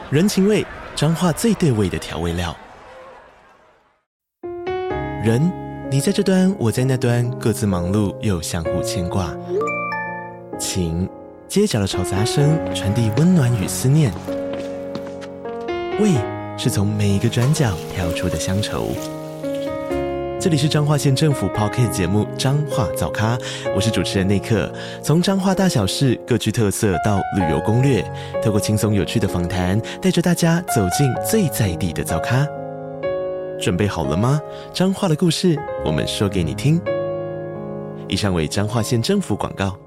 人情味，彰化最对味的调味料。人，你在这端，我在那端，各自忙碌又相互牵挂。情，街角的吵杂声传递温暖与思念。味，是从每一个转角跳出的乡愁。这里是彰化县政府 Podcast 节目《彰化早咖》，我是主持人内克。从彰化大小事各具特色到旅游攻略，透过轻松有趣的访谈，带着大家走进最在地的早咖。准备好了吗？彰化的故事，我们说给你听。以上为彰化县政府广告。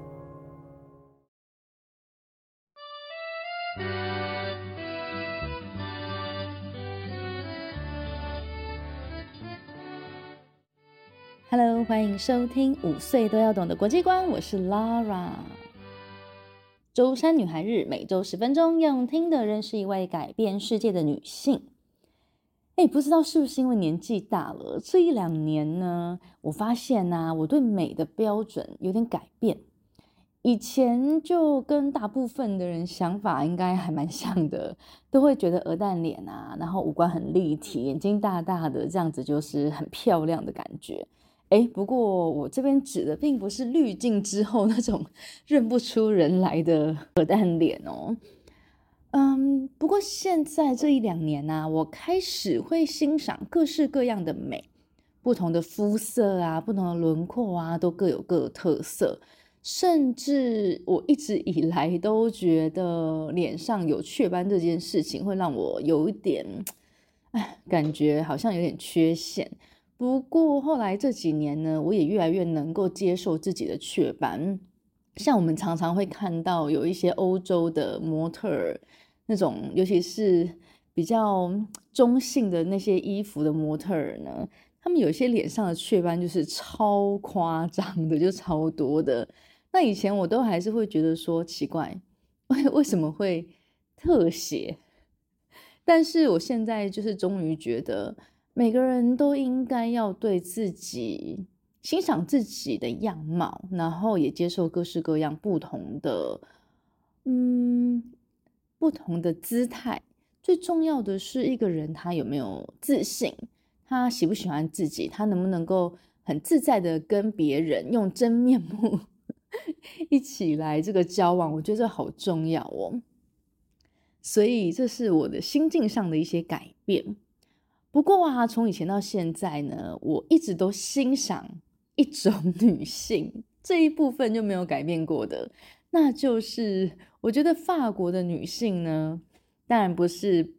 Hello， 欢迎收听5岁都要懂的国际观，我是 Lara。周三女孩日，每周10分钟，用听的认识一位改变世界的女性。不知道是不是因为年纪大了，这1-2年呢，我发现我对美的标准有点改变。以前就跟大部分的人想法应该还蛮像的，都会觉得鹅蛋脸然后五官很立体，眼睛大大的，这样子就是很漂亮的感觉。不过我这边指的并不是滤镜之后那种认不出人来的鹅蛋脸哦。不过现在这1-2年我开始会欣赏各式各样的美，不同的肤色不同的轮廓都各有各的特色。甚至我一直以来都觉得脸上有雀斑这件事情会让我有一点感觉好像有点缺陷。不过后来这几年呢，我也越来越能够接受自己的雀斑。像我们常常会看到有一些欧洲的模特儿，那种尤其是比较中性的那些衣服的模特儿呢，他们有些脸上的雀斑就是超夸张的，就超多的。那以前我都还是会觉得说奇怪，为什么会特写？但是我现在就是终于觉得每个人都应该要对自己欣赏自己的样貌，然后也接受各式各样不同的姿态。最重要的是一个人他有没有自信，他喜不喜欢自己，他能不能够很自在的跟别人用真面目一起来这个交往，我觉得这好重要哦。所以这是我的心境上的一些改变。不过从以前到现在呢，我一直都欣赏一种女性，这一部分就没有改变过的，那就是我觉得法国的女性呢，当然不是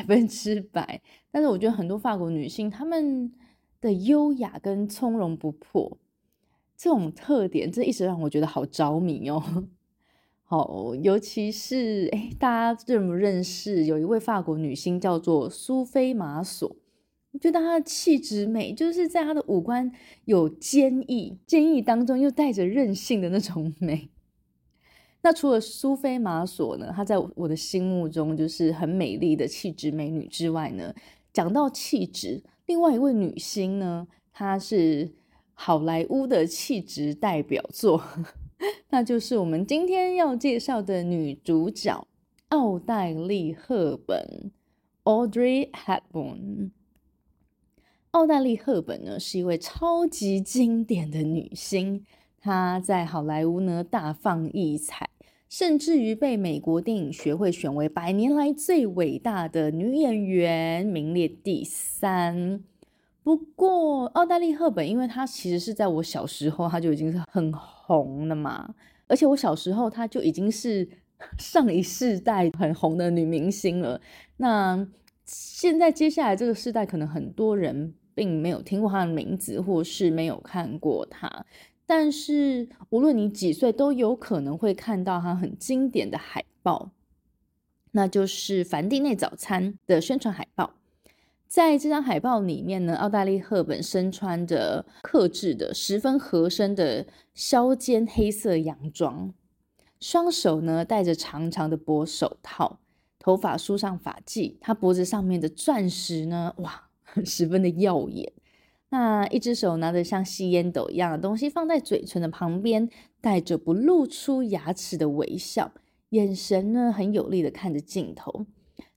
100%，但是我觉得很多法国女性她们的优雅跟从容不迫这种特点，这一直让我觉得好着迷哦。好，尤其是大家认不认识有一位法国女星叫做苏菲玛索？我觉得她的气质美，就是在她的五官有坚毅，坚毅当中又带着韧性的那种美。那除了苏菲玛索呢，她在我的心目中就是很美丽的气质美女之外呢，讲到气质，另外一位女星呢，她是好莱坞的气质代表作，那就是我们今天要介绍的女主角奥黛丽·赫本 Audrey Hepburn。奥黛丽·赫本呢是一位超级经典的女星，她在好莱坞呢大放异彩，甚至于被美国电影学会选为100年来最伟大的女演员，名列第3。不过奥黛丽·赫本因为她其实是在我小时候她就已经是很红了嘛，而且我小时候她就已经是上一世代很红的女明星了。那现在接下来这个世代可能很多人并没有听过她的名字，或是没有看过她，但是无论你几岁都有可能会看到她很经典的海报，那就是凡蒂内早餐的宣传海报。在这张海报里面呢，奥黛丽·赫本身穿着克制的十分合身的削肩黑色洋装，双手呢戴着长长的薄手套，头发梳上发髻，她脖子上面的钻石呢，哇，十分的耀眼。那一只手拿着像吸烟斗一样的东西放在嘴唇的旁边，带着不露出牙齿的微笑，眼神呢很有力的看着镜头。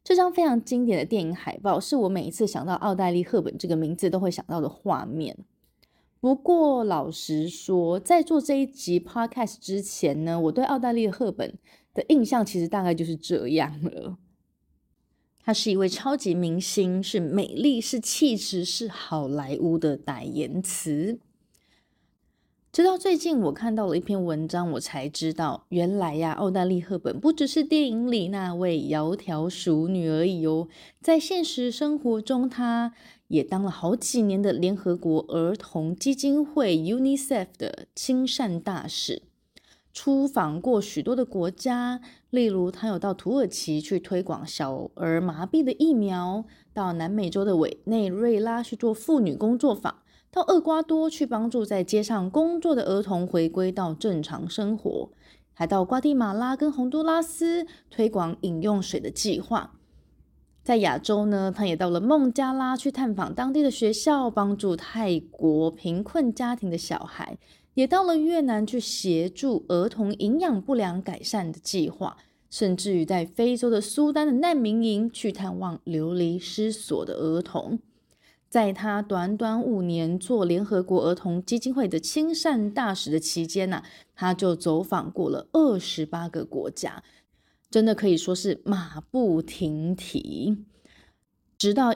这张非常经典的电影海报是我每一次想到奥黛丽·赫本这个名字都会想到的画面。不过老实说，在做这一集 podcast 之前呢，我对奥黛丽·赫本的印象其实大概就是这样了。她是一位超级明星，是美丽，是气质，是好莱坞的代言词。直到最近我看到了一篇文章，我才知道原来呀，奥黛丽·赫本不只是电影里那位窈窕淑女而已哦，在现实生活中，她也当了好几年的联合国儿童基金会 UNICEF 的亲善大使，出访过许多的国家，例如她有到土耳其去推广小儿麻痹的疫苗，到南美洲的委内瑞拉去做妇女工作坊，到厄瓜多去帮助在街上工作的儿童回归到正常生活，还到瓜地马拉跟洪都拉斯推广饮用水的计划。在亚洲呢，他也到了孟加拉去探访当地的学校，帮助泰国贫困家庭的小孩，也到了越南去协助儿童营养不良改善的计划，甚至于在非洲的苏丹的难民营去探望流离失所的儿童。在他短短5年做联合国儿童基金会的亲善大使的期间呢，他就走访过了28个国家，真的可以说是马不停蹄。直到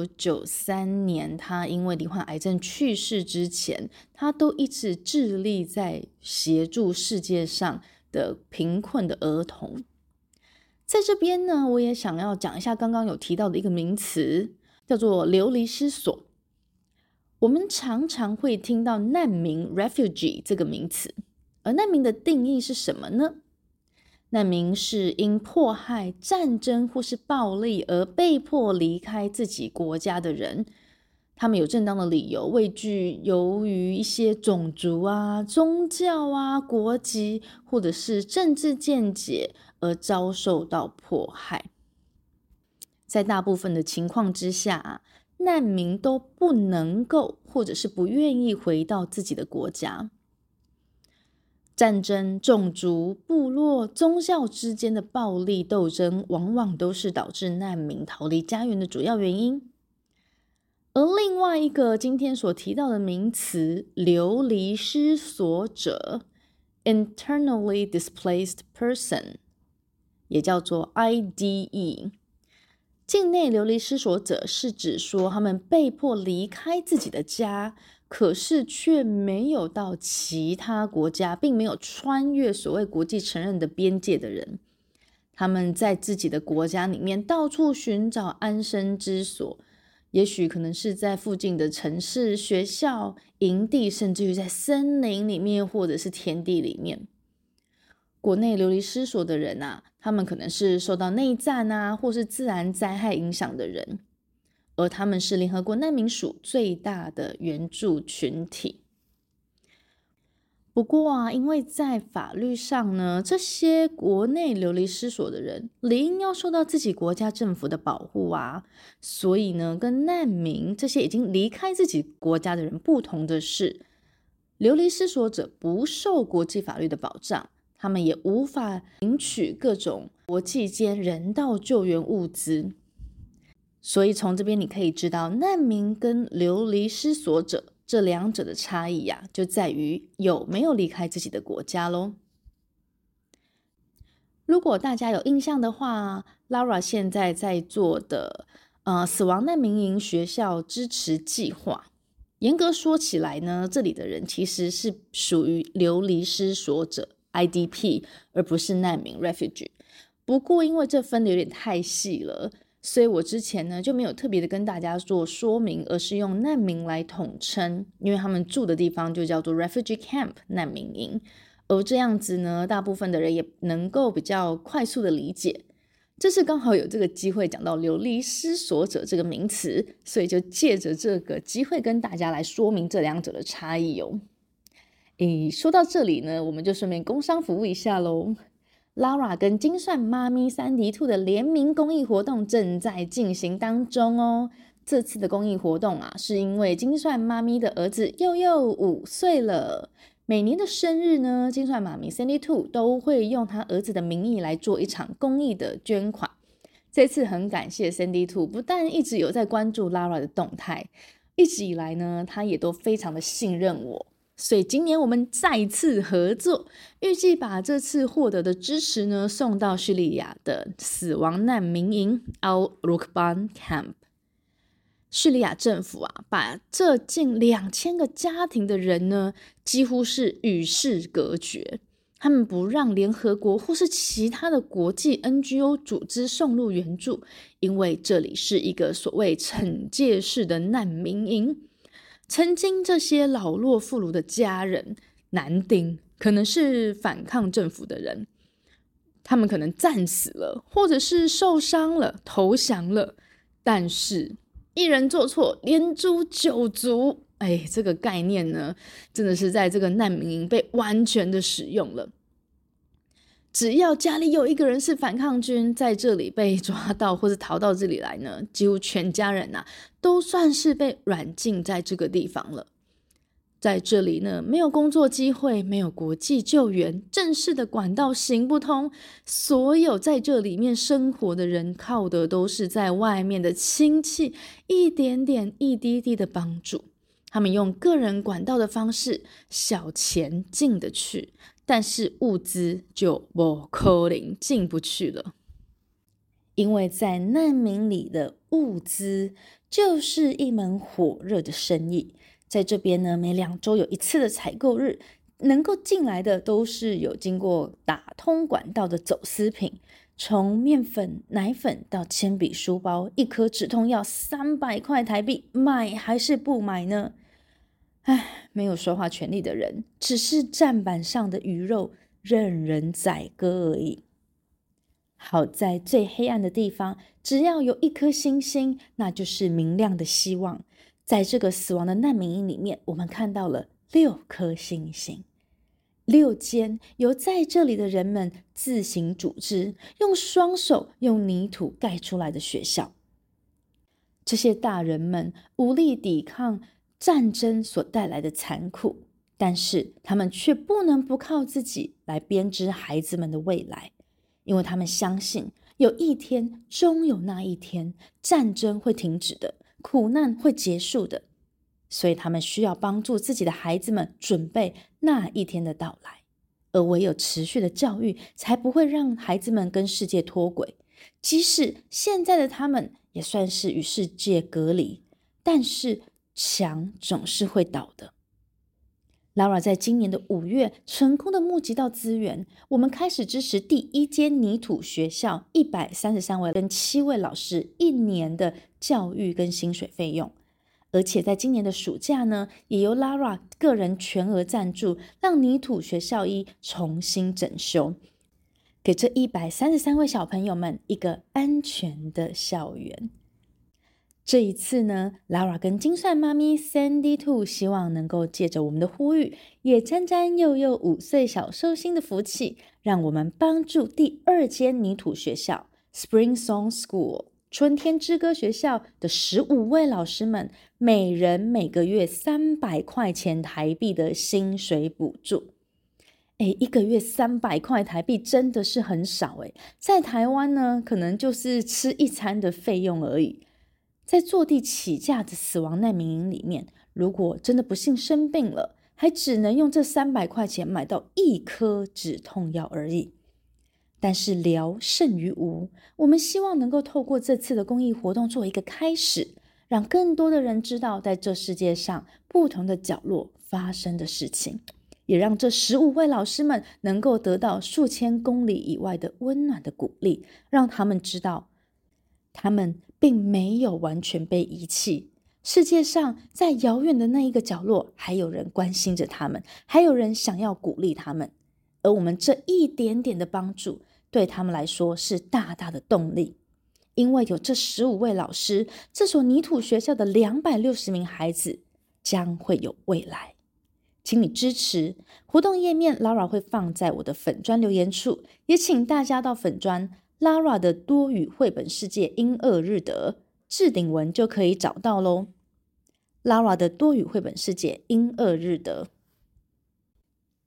1993年，他因为罹患癌症去世之前，他都一直致力在协助世界上的贫困的儿童。在这边呢，我也想要讲一下刚刚有提到的一个名词，叫做流离失所。我们常常会听到难民 refugee 这个名词，而难民的定义是什么呢？难民是因迫害、战争或是暴力而被迫离开自己国家的人，他们有正当的理由，畏惧由于一些种族啊、宗教啊、国籍或者是政治见解而遭受到迫害。在大部分的情况之下，难民都不能够或者是不愿意回到自己的国家。战争、种族、部落、宗教之间的暴力斗争，往往都是导致难民逃离家园的主要原因。而另外一个今天所提到的名词“流离失所者” (internally displaced person) 也叫做 IDE。境内流离失所者是指说他们被迫离开自己的家，可是却没有到其他国家，并没有穿越所谓国际承认的边界的人。他们在自己的国家里面到处寻找安身之所，也许可能是在附近的城市、学校、营地，甚至于在森林里面或者是田地里面。国内流离失所的人啊，他们可能是受到内战啊，或是自然灾害影响的人，而他们是联合国难民署最大的援助群体。不过啊，因为在法律上呢，这些国内流离失所的人理应要受到自己国家政府的保护啊，所以呢，跟难民这些已经离开自己国家的人不同的是，流离失所者不受国际法律的保障，他们也无法领取各种国际间人道救援物资。所以从这边你可以知道，难民跟流离失所者这两者的差异啊，就在于有没有离开自己的国家咯。如果大家有印象的话， Lara 现在在做的死亡难民营学校支持计划，严格说起来呢，这里的人其实是属于流离失所者 IDP， 而不是难民 refugee。 不过因为这分的有点太细了，所以我之前呢就没有特别的跟大家做说明，而是用难民来统称，因为他们住的地方就叫做 refugee camp 难民营，而这样子呢，大部分的人也能够比较快速的理解。这是刚好有这个机会讲到流离失所者这个名词，所以就借着这个机会跟大家来说明这两者的差异哦。说到这里呢，我们就顺便工商服务一下咯。Lara 跟精算妈咪3D2的联名公益活动正在进行当中哦。这次的公益活动啊，是因为精算妈咪的儿子佑佑5岁了，每年的生日呢，精算妈咪3D2都会用他儿子的名义来做一场公益的捐款。 这次很感谢 Sandy Two， 不但一直有在关注 Lara 的动态，一直以来呢，他也都非常的信任我，所以今年我们再次合作，预计把这次获得的支持呢，送到叙利亚的死亡难民营 Al Rukban Camp。叙利亚政府啊，把这近2000个家庭的人呢，几乎是与世隔绝。他们不让联合国或是其他的国际 NGO 组织送入援助，因为这里是一个所谓惩戒式的难民营。曾经这些老弱妇孺的家人、男丁，可能是反抗政府的人，他们可能战死了，或者是受伤了、投降了，但是一人做错，连诛九族。这个概念呢，真的是在这个难民营被完全的使用了。只要家里有一个人是反抗军，在这里被抓到或是逃到这里来呢，几乎全家人啊，都算是被软禁在这个地方了。在这里呢，没有工作机会，没有国际救援，正式的管道行不通，所有在这里面生活的人靠的都是在外面的亲戚一点点一滴滴的帮助。他们用个人管道的方式，小钱进得去，但是物资就不可能进不去了。因为在难民里的物资就是一门火热的生意。在这边呢，每2周有一次的采购日，能够进来的都是有经过打通管道的走私品，从面粉、奶粉到铅笔、书包，一颗止痛药300块台币，买还是不买呢？没有说话权利的人，只是站板上的鱼肉，任人宰割而已。好在最黑暗的地方，只要有一颗星星，那就是明亮的希望。在这个死亡的难民营里面，我们看到了6颗星星，6间由在这里的人们自行组织，用双手用泥土盖出来的学校。这些大人们无力抵抗战争所带来的残酷，但是他们却不能不靠自己来编织孩子们的未来，因为他们相信有一天，终有那一天，战争会停止的，苦难会结束的，所以他们需要帮助自己的孩子们准备那一天的到来，而唯有持续的教育，才不会让孩子们跟世界脱轨。即使现在的他们也算是与世界隔离，但是墙总是会倒的。Lara 在今年的5月成功的募集到资源，我们开始支持第1间泥土学校133位跟7位老师1年的教育跟薪水费用，而且在今年的暑假呢，也由 Lara 个人全额赞助，让泥土学校1重新整修，给这133位小朋友们一个安全的校园。这一次呢 Lara 跟精算妈咪 Sandy Two 希望能够借着我们的呼吁，也沾沾幼幼5岁小寿星的福气，让我们帮助第2间泥土学校 Spring Song School 春天之歌学校的15位老师们，每人每个月300块钱台币的薪水补助。一个月300块台币真的是很少在台湾呢，可能就是吃一餐的费用而已。在坐地起价的死亡难民营里面，如果真的不幸生病了，还只能用这300块钱买到1颗止痛药而已。但是聊胜于无，我们希望能够透过这次的公益活动做一个开始，让更多的人知道在这世界上不同的角落发生的事情，也让这15位老师们能够得到数千公里以外的温暖的鼓励，让他们知道他们并没有完全被遗弃，世界上在遥远的那一个角落还有人关心着他们，还有人想要鼓励他们，而我们这一点点的帮助对他们来说是大大的动力。因为有这15位老师，这所泥土学校的260名孩子将会有未来。请你支持活动页面 Lara 会放在我的粉专留言处，也请大家到粉专Lara 的多语绘本世界英俄日德置顶文就可以找到咯。Lara 的多语绘本世界英俄日德。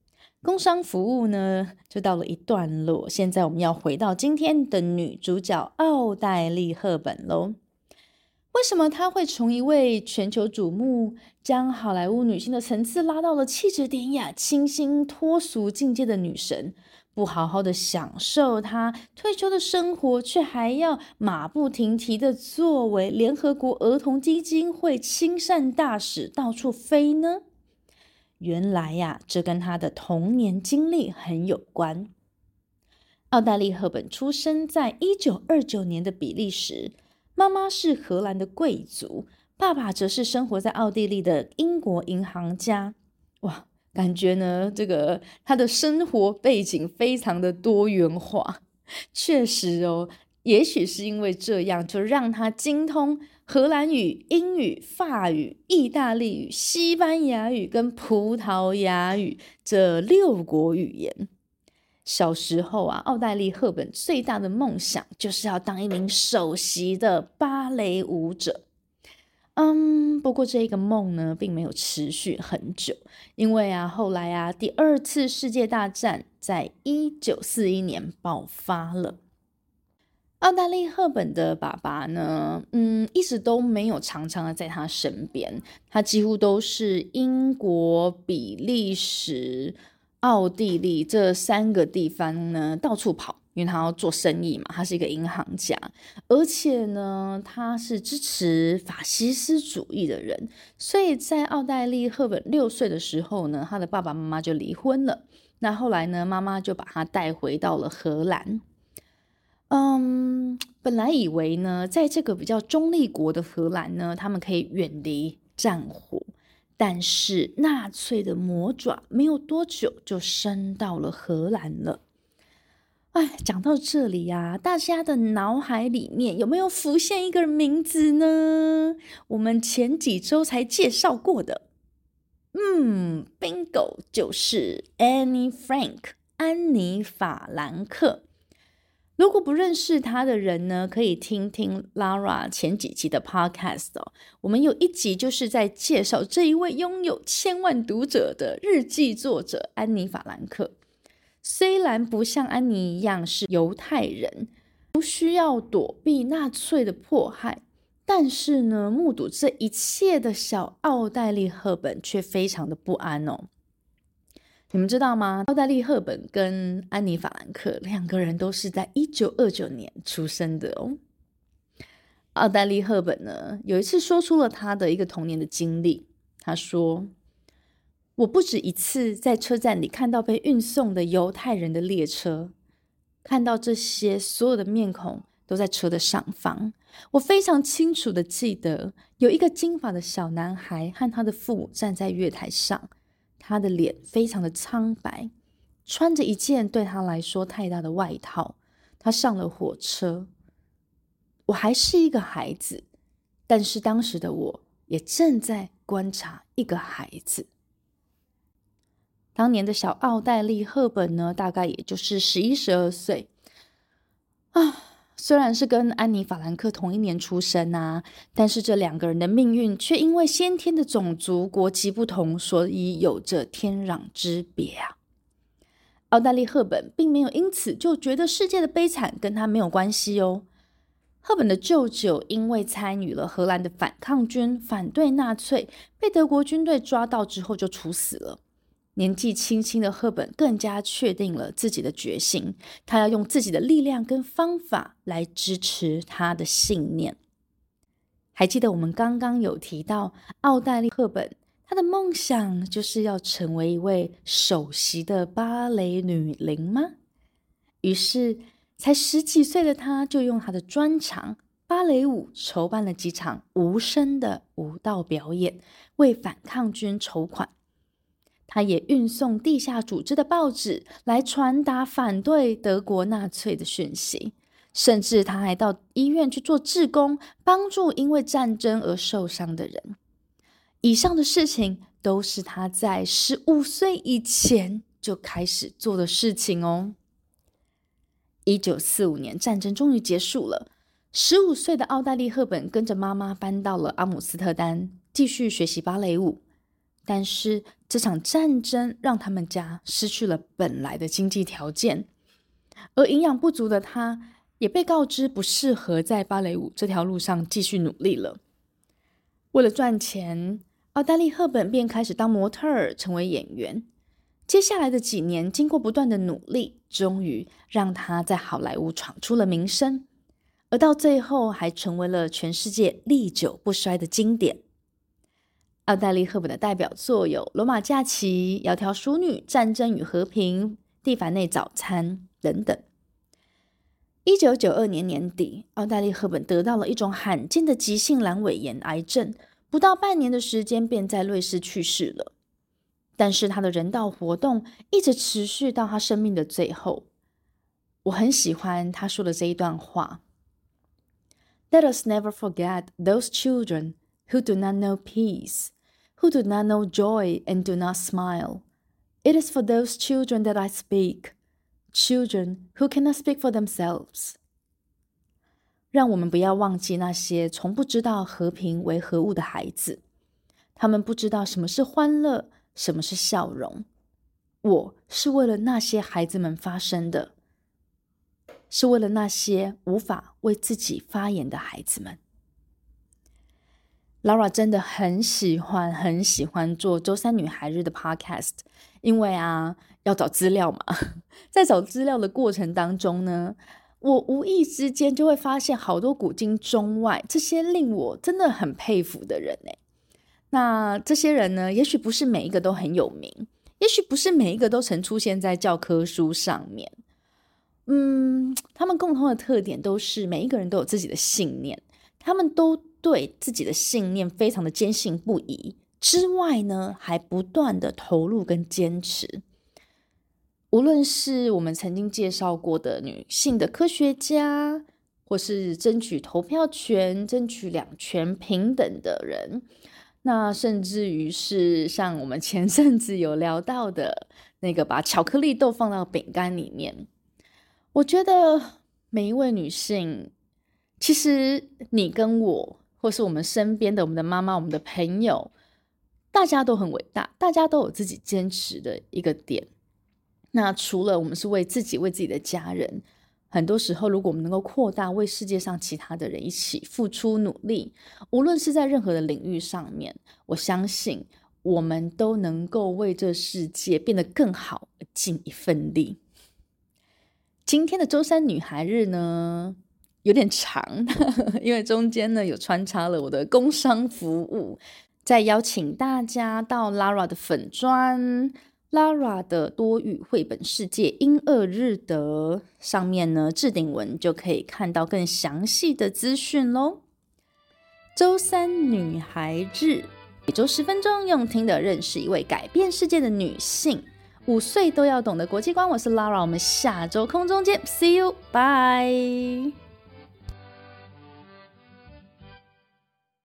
工商服务呢就到了一段落，现在我们要回到今天的女主角奥黛丽·赫本咯。为什么她会从一位全球瞩目，将好莱坞女星的层次拉到了气质典雅、清新脱俗境界的女神，不好好的享受她退休的生活，却还要马不停蹄的作为联合国儿童基金会亲善大使到处飞呢？原来呀，这跟她的童年经历很有关。奥黛丽·赫本出生在1929年的比利时，妈妈是荷兰的贵族，爸爸则是生活在奥地利的英国银行家。哇，感觉呢，他的生活背景非常的多元化。确实哦，也许是因为这样，就让他精通荷兰语、英语、法语、意大利语、西班牙语跟葡萄牙语这6国语言。小时候啊，奥黛丽·赫本最大的梦想就是要当一名首席的芭蕾舞者。不过这个梦呢，并没有持续很久，因为后来第2次世界大战在1941年爆发了。奥黛丽·赫本的爸爸呢，一直都没有常常的在他身边，他几乎都是英国、比利时、奥地利这3个地方呢到处跑，因为他要做生意嘛，他是一个银行家，而且呢他是支持法西斯主义的人，所以在奥黛丽·赫本6岁的时候呢，他的爸爸妈妈就离婚了。那后来呢，妈妈就把他带回到了荷兰。本来以为呢，在这个比较中立国的荷兰呢，他们可以远离战火，但是纳粹的魔爪没有多久就伸到了荷兰了。讲到这里啊，大家的脑海里面有没有浮现一个名字呢？我们前几周才介绍过的，bingo， 就是 Annie Frank， 安妮·法兰克。如果不认识他的人呢，可以听听 Lara 前几集的 podcast 哦。我们有一集就是在介绍这一位拥有1000万读者的日记作者安妮·法兰克。虽然不像安妮一样是犹太人，不需要躲避纳粹的迫害，但是呢，目睹这一切的小奥黛丽·赫本却非常的不安哦。你们知道吗？奥黛丽·赫本跟安妮·法兰克2个人都是在1929年出生的哦。奥黛丽·赫本呢，有一次说出了她的一个童年的经历。她说：“我不止一次在车站里看到被运送的犹太人的列车，看到这些所有的面孔都在车的上方。我非常清楚的记得，有一个金发的小男孩和他的父母站在月台上。”他的脸非常的苍白，穿着一件对他来说太大的外套。他上了火车。我还是一个孩子，但是当时的我也正在观察一个孩子。当年的小奥黛丽·赫本呢，大概也就是11、12岁虽然是跟安妮·法兰克同一年出生但是这2个人的命运却因为先天的种族国籍不同，所以有着天壤之别奥黛丽·赫本并没有因此就觉得世界的悲惨跟她没有关系哦。赫本的舅舅因为参与了荷兰的反抗军，反对纳粹，被德国军队抓到之后就处死了。年纪轻轻的赫本更加确定了自己的决心，他要用自己的力量跟方法来支持他的信念。还记得我们刚刚有提到奥黛丽·赫本，她的梦想就是要成为一位首席的芭蕾女伶吗？于是才10几岁的她就用她的专长芭蕾舞筹办了几场无声的舞蹈表演，为反抗军筹款。他也运送地下组织的报纸来传达反对德国纳粹的讯息，甚至他还到医院去做志工，帮助因为战争而受伤的人。以上的事情都是他在15岁以前就开始做的事情哦。1945年战争终于结束了，15岁的奥黛丽·赫本跟着妈妈搬到了阿姆斯特丹，继续学习芭蕾舞。 但是这场战争让他们家失去了本来的经济条件，而营养不足的他也被告知不适合在芭蕾舞这条路上继续努力了。为了赚钱，奥黛丽·赫本便开始当模特儿，成为演员。接下来的几年，经过不断的努力，终于让她在好莱坞闯出了名声，而到最后还成为了全世界历久不衰的经典。奥黛丽·赫本的代表作有《罗马假期》、《窈窕淑女》、《战争与和平》、《蒂凡内早餐》等等。1992年年底，奥黛丽·赫本得到了一种罕见的急性阑尾炎癌症，不到半年的时间便在瑞士去世了。但是她的人道活动一直持续到她生命的最后。我很喜欢她说的这一段话 ：Let us never forget those children who do not know peace, who do not know joy and do not smile. It is for those children that I speak.Children who cannot speak for themselves. 让我们不要忘记那些从不知道和平为何物的孩子，他们不知道什么是欢乐，什么是笑容。我是为了那些孩子们发声的，是为了那些无法为自己发言的孩子们。Lara 真的很喜欢做周三女孩日的 podcast， 因为要找资料嘛，在找资料的过程当中呢，我无意之间就会发现好多古今中外这些令我真的很佩服的人耶。那这些人呢，也许不是每一个都很有名，也许不是每一个都曾出现在教科书上面，他们共同的特点都是每一个人都有自己的信念，他们都对自己的信念非常的坚信不疑，之外呢，还不断的投入跟坚持。无论是我们曾经介绍过的女性的科学家，或是争取投票权、争取两权平等的人，那甚至于是像我们前阵子有聊到的那个把巧克力豆放到饼干里面，我觉得每一位女性，其实你跟我，或是我们身边的我们的妈妈、我们的朋友，大家都很伟大，大家都有自己坚持的一个点。那除了我们是为自己、为自己的家人，很多时候如果我们能够扩大为世界上其他的人一起付出努力，无论是在任何的领域上面，我相信我们都能够为这世界变得更好尽一份力。今天的周三女孩日呢有点长，因为中间呢有穿插了我的工商服务，再邀请大家到 Lara 的粉专Lara 的多语绘本世界英俄日德上面呢，置顶文就可以看到更详细的资讯咯。周三女孩日，每周10分钟，用听的认识一位改变世界的女性，5岁都要懂的国际观。我是 Lara， 我们下周空中见 ，See you， bye。